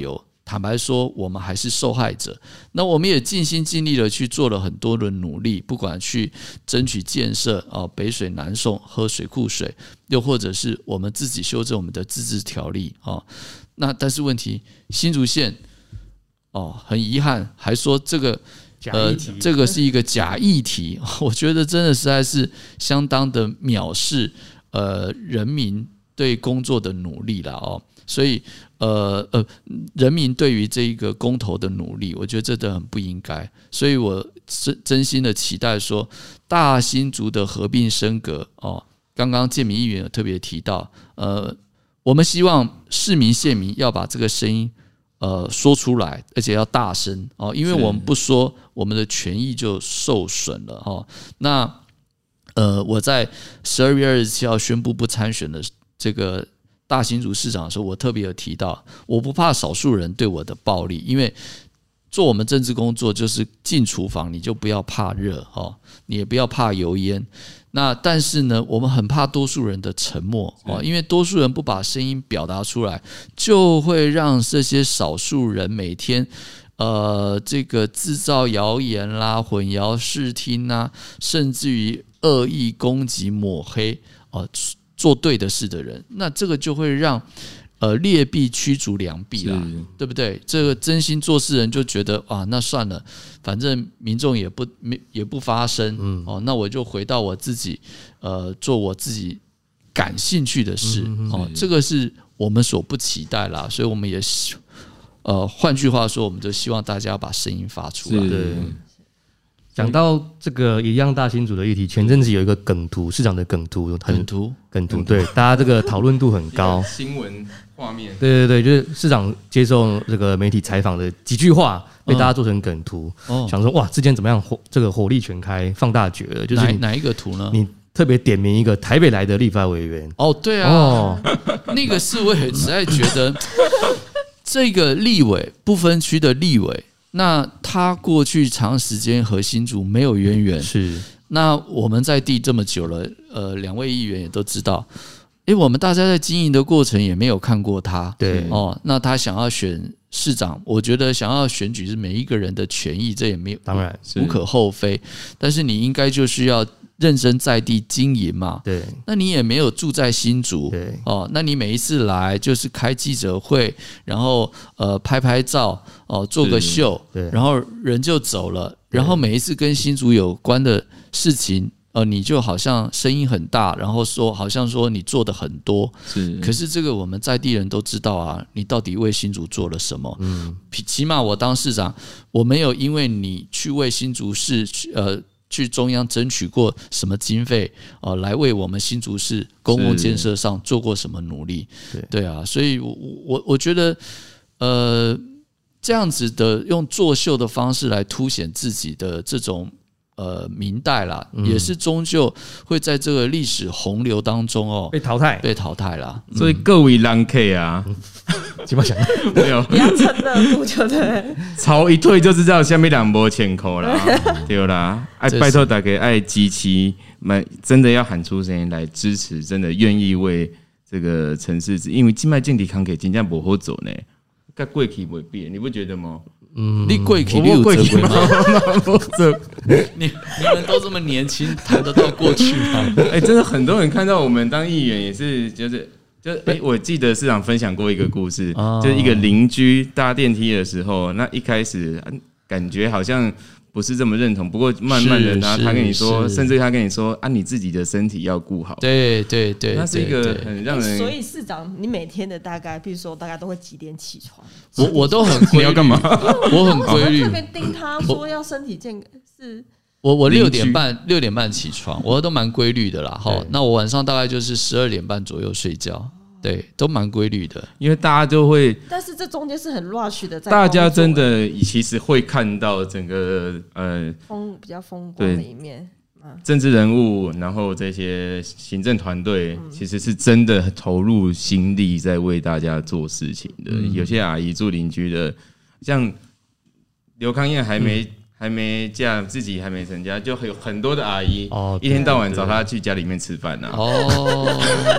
坦白说，我们还是受害者。那我们也尽心尽力的去做了很多的努力，不管去争取建设啊，北水南送喝水库水，又或者是我们自己修正我们的自治条例啊。那但是问题，新竹县哦，很遗憾，还说这个呃，这个是一个假议题，我觉得真的实在是相当的藐视呃人民对工作的努力啦哦。所以，呃呃，人民对于这个公投的努力，我觉得这都很不应该。所以我真真心的期待说，大新竹的合并升格哦，刚刚建民议员有特别提到，呃，我们希望市民县民要把这个声音呃说出来，而且要大声哦，因为我们不说，我们的权益就受损了哦。那呃，我在十二月二十七号宣布不参选的这个大新竹市长的时候，我特别有提到，我不怕少数人对我的暴力，因为做我们政治工作就是进厨房，你就不要怕热哦，你也不要怕油烟。那但是呢，我们很怕多数人的沉默哦，因为多数人不把声音表达出来，就会让这些少数人每天呃这个制造谣言啦、混淆视听啦，甚至于恶意攻击、抹黑哦。做对的事的人，那这个就会让呃劣币驱逐良币啦，对不对？这个真心做事人就觉得啊，那算了，反正民众也不也不发声，嗯，哦，那我就回到我自己呃做我自己感兴趣的事，嗯、哦，这个是我们所不期待啦，所以我们也呃换句话说，我们就希望大家把声音发出来。对。 讲到这个一样大新竹的议题，前阵子有一个梗图，市长的梗图，很梗图， 梗图，对，大家这个讨论度很高。 新闻画面， 对对对，就是市长接受这个媒体采访的几句话，被大家做成梗图，哦、想说哇，之前怎么样火，这个火力全开，放大绝了。就是哪哪一个图呢？ 你特别点名一个台北来的立法委员。 哦，对啊，哦、那个是我也实在觉得，这个立委不分区的立委。那他过去长时间和新竹没有渊源，是。那我们在地这么久了，呃，两位议员也都知道，诶，我们大家在经营的过程也没有看过他， 对哦。那他想要选市长，我觉得想要选举是每一个人的权益，这也没有， 当然无可厚非。但是你应该就是要认真在地经营嘛， 对。 那你也没有住在新竹， 对哦。那你每一次来就是开记者会，然后呃拍拍照，哦做个秀， 对， 然后人就走了。然后每一次跟新竹有关的事情，呃，你就好像声音很大，然后说好像说你做的很多， 是。 可是这个我们在地人都知道啊，你到底为新竹做了什么？嗯，起码我当市长，我没有因为你去为新竹市呃。去中央争取过什么经费、呃、来为我们新竹市公共建设上做过什么努力？对, 对啊，所以我我我觉得，呃，这样子的用作秀的方式来凸显自己的这种呃明代啦，嗯、也是终究会在这个历史洪流当中哦被淘汰， 被淘汰啦。 所以各位人客啊。 基本上没有， 不要蹭热度就对。 潮一退就知道下面两波千口啦，对啦。哎，拜托大家爱支持，真的要喊出声音来支持，真的愿意为这个城市，因为今麦政治康给真正不好走呢，跟过去不变，你不觉得吗？ 嗯，你过去你有责归吗？你你们都这么年轻，谈得到过去吗？ 哎，真的很多人看到我们当议员也是，就是。就哎，我记得市长分享过一个故事，哦、就是一个邻居搭电梯的时候，那一开始感觉好像不是这么认同，不过慢慢的他他跟你说，甚至他跟你说啊，你自己的身体要顾好。 对对对， 那是一个很让人。 所以市长，你每天的大概，比如说大概都会几点起床？ 我我都很规律。 你要干嘛？ 我很规律。 特别盯他说要身体健康是。 我我六点半六点半起床，我都蛮规律的啦。哈，那我晚上大概就是十二点半左右睡觉。对，都蛮规律的， 因为大家就会， 但是这中间是很 rush 的， 大家真的其实会看到整个呃风比较风光的一面， 政治人物，然后这些行政团队其实是真的投入心力在为大家做事情的。嗯、有些阿姨住邻居的，像刘康燕还没。嗯还没嫁，自己还没成家，就有很多的阿姨，哦、一天到晚找她去家里面吃饭呐、啊。哦，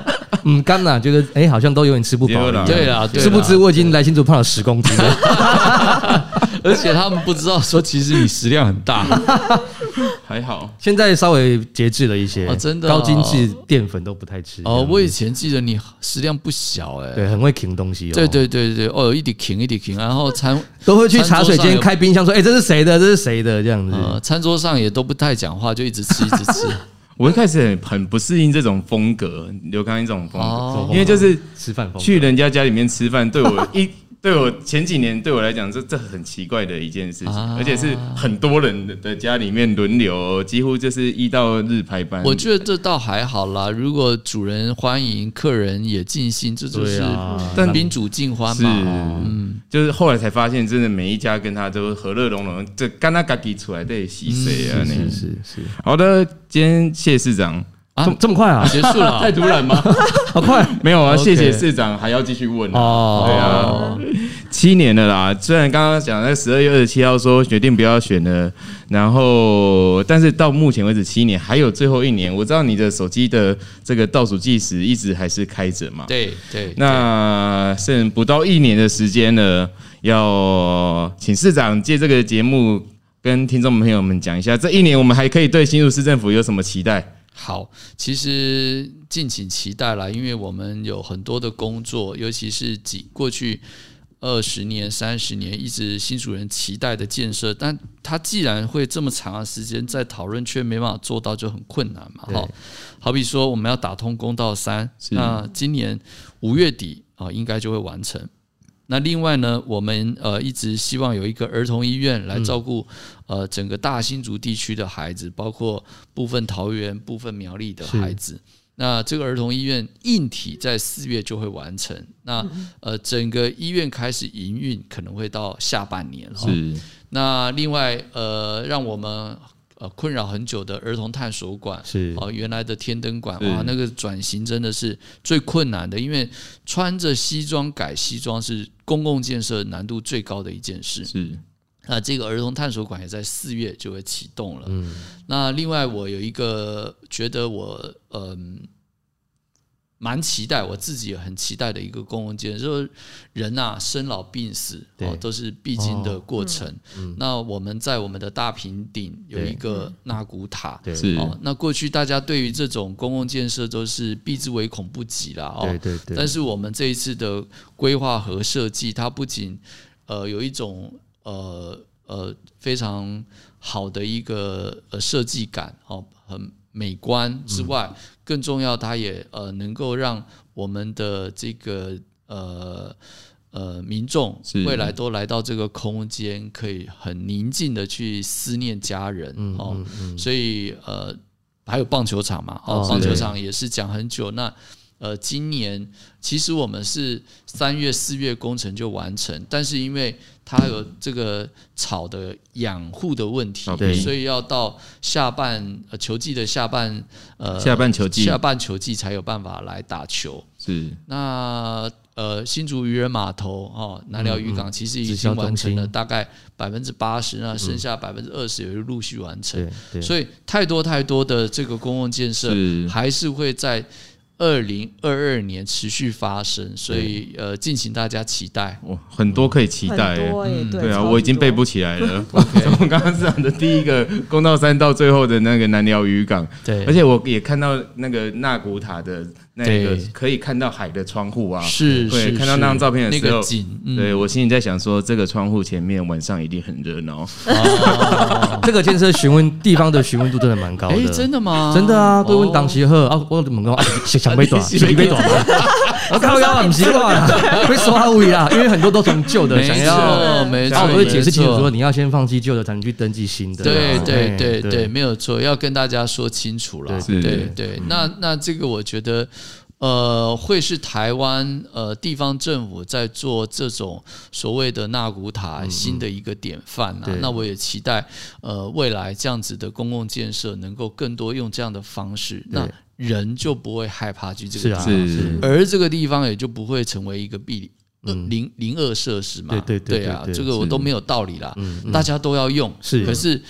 嗯，刚呐，觉得哎、欸，好像都有点吃不饱了。 对啦， 殊不知我已经来新竹胖了十公斤了。 而且他们不知道说，其实你食量很大。 还好， 现在稍微节制了一些， 哦、真的、 哦、高精致淀粉都不太吃。 哦，我以前记得你食量不小哎、欸， 对，很会啃东西哦。 对对对对，哦，一直啃一直啃，然后餐都会去茶水间开冰箱说，哎、欸，这是谁的？这是谁的？这样子、 呃，餐桌上也都不太讲话，就一直吃一直吃。 我一开始很很不适应这种风格，刘康一这种风格， 哦、 因为就是吃饭去人家家里面吃饭，对我一。对我前几年对我来讲，这这很奇怪的一件事情，啊、而且是很多人的家里面轮流，几乎就是一到日排班。 我觉得这倒还好啦，如果主人欢迎，客人也尽兴，这就是宾主尽欢嘛。 啊、嗯，就是后来才发现，真的每一家跟他都和乐融融，这干他自己出来的洗水啊， 是是是是。 好的，今天谢市长。 啊，这么快啊？ 结束了？ 太突然吗？ 好快！ 没有啊， okay. 谢谢市长，还要继续问、啊、哦。对啊，七年了啦。虽然刚刚讲在十二月二十七号说决定不要选了，然后但是到目前为止七年，还有最后一年。我知道你的手机的这个倒数计时一直还是开着嘛？ 对对。 那剩不到一年的时间了，要请市长借这个节目跟听众朋友们讲一下，这一年我们还可以对新竹市政府有什么期待？ 好，其实敬请期待啦，因为我们有很多的工作，尤其是几过去二十年、三十年一直新竹人期待的建设，但它既然会这么长的时间在讨论，却没办法做到，就很困难嘛。好，好比说我们要打通公道三，那今年五月底啊，应该就会完成。那另外呢，我们呃一直希望有一个儿童医院来照顾呃整个大新竹地区的孩子，包括部分桃园、部分苗栗的孩子。那这个儿童医院硬体在四月就会完成。那呃整个医院开始营运可能会到下半年。 是。 那另外呃让我们呃困扰很久的儿童探索馆是哦、呃，原来的天灯馆哇，那个转型真的是最困难的，因为穿着西装改西装是公共建设难度最高的一件事。 是， 那这个儿童探索馆也在四月就会启动了。嗯，那另外我有一个觉得我嗯。蛮期待，我自己也很期待的一个公共建设，就是人啊，生老病死哦，都是必经的过程。哦嗯、那我们在我们的大坪顶有一个纳古塔， 是哦。那过去大家对于这种公共建设都是避之唯恐不及啦，哦。 对对对。 但是我们这一次的规划和设计，它不仅呃有一种呃呃非常好的一个呃设计感哦，很美观之外。嗯，更重要，它也呃能够让我们的这个呃呃民众未来都来到这个空间，可以很宁静的去思念家人。嗯哦，嗯嗯、所以呃还有棒球场嘛，哦，棒球场也是讲很久。那呃今年其实我们是三月四月工程就完成，但是因为它有这个草的养护的问题，所以要到下半呃球季的下半呃下半球季下半球季才有办法来打球。 是那呃新竹渔人码头哦南寮渔港其实已经完成了大概百分之八十，那剩下百分之二十也会陆续完成。所以太多太多的这个公共建设还是会在二零二二年持续发生，所以呃，敬请大家期待。 哦，很多可以期待、欸， 嗯、对, 对啊，我已经背不起来了。从刚刚讲的第一个公道山到最后的那个南寮渔港， 对， 而且我也看到那个纳古塔的那个可以看到海的窗户啊， 是， 对，看到那张照片的时候， 那个景嗯、 对我心里在想说，这个窗户前面晚上一定很热闹。 哦、这个建设询问地方的询问度真的蛮高的， 哎，真的吗？ 真的啊，各位当时喝啊，我问讲啊，想杯短，想杯短。我靠腰不习惯，会刷位啦，因为很多都从旧的想要， 没错， 我会解释清楚说，你要先放弃旧的，才能去登记新的。 对对对对，没有错，要跟大家说清楚了。对对对，那那这个我觉得。呃，会是台湾呃地方政府在做这种所谓的纳古塔新的一个典范啊。嗯、那我也期待呃未来这样子的公共建设能够更多用这样的方式，那人就不会害怕去这个地方， 是是而这个地方也就不会成为一个避零零二设施嘛。 对对对对啊，这个我都没有道理啦， 嗯嗯、 大家都要用， 是可是。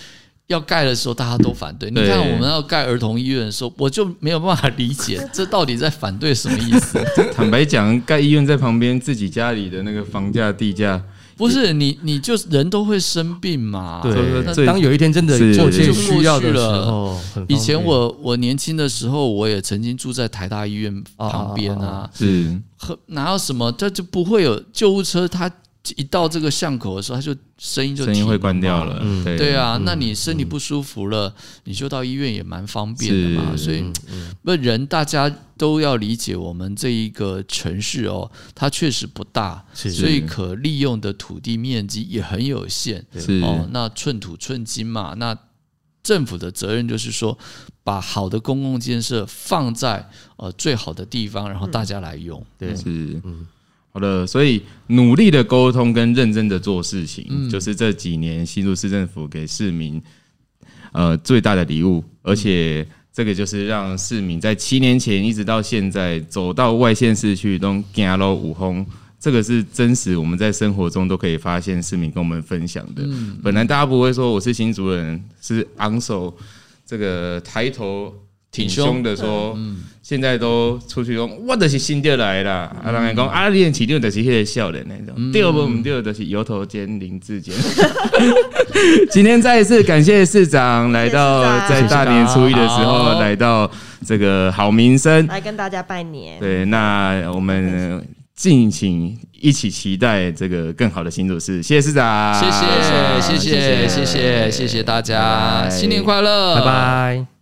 要盖的时候，大家都反对。你看我们要盖儿童医院的时候，我就没有办法理解这到底在反对什么意思。 坦白讲，盖医院在旁边，自己家里的那个房价、地价。 不是你，你就人都会生病嘛。 对，当有一天真的迫切需要的时候， 以前我我年轻的时候，我也曾经住在台大医院旁边啊。 是， 哪有什么，这就不会有救护车，它一到这个巷口的时候，它就声音就声音会关掉了。 嗯、对, 对啊、嗯，那你身体不舒服了，嗯、你就到医院也蛮方便的嘛。所以，那、嗯、人大家都要理解，我们这一个城市哦，它确实不大，所以可利用的土地面积也很有限。哦，那寸土寸金嘛。那政府的责任就是说，把好的公共建设放在呃最好的地方，然后大家来用。 对，是，嗯。好的，所以努力的沟通跟认真的做事情，嗯、就是这几年新竹市政府给市民呃最大的礼物，而且这个就是让市民在七年前一直到现在走到外县市去都走路有风，这个是真实我们在生活中都可以发现市民跟我们分享的。嗯、本来大家不会说我是新竹人，是昂首这个抬头挺胸的说，嗯、现在都出去说，我就是新店来啦。嗯、啊，人讲啊，你市长就是那个少年那种，嗯、对不不对，就是油头尖林志坚。今天再一次感谢市长来到在大年初一的时候来到这个好民生， 来跟大家拜年。 对，那我们敬请一起期待这个更好的新竹市。谢谢市长， 谢谢谢谢谢谢谢谢谢谢大家，新年快乐， 拜拜。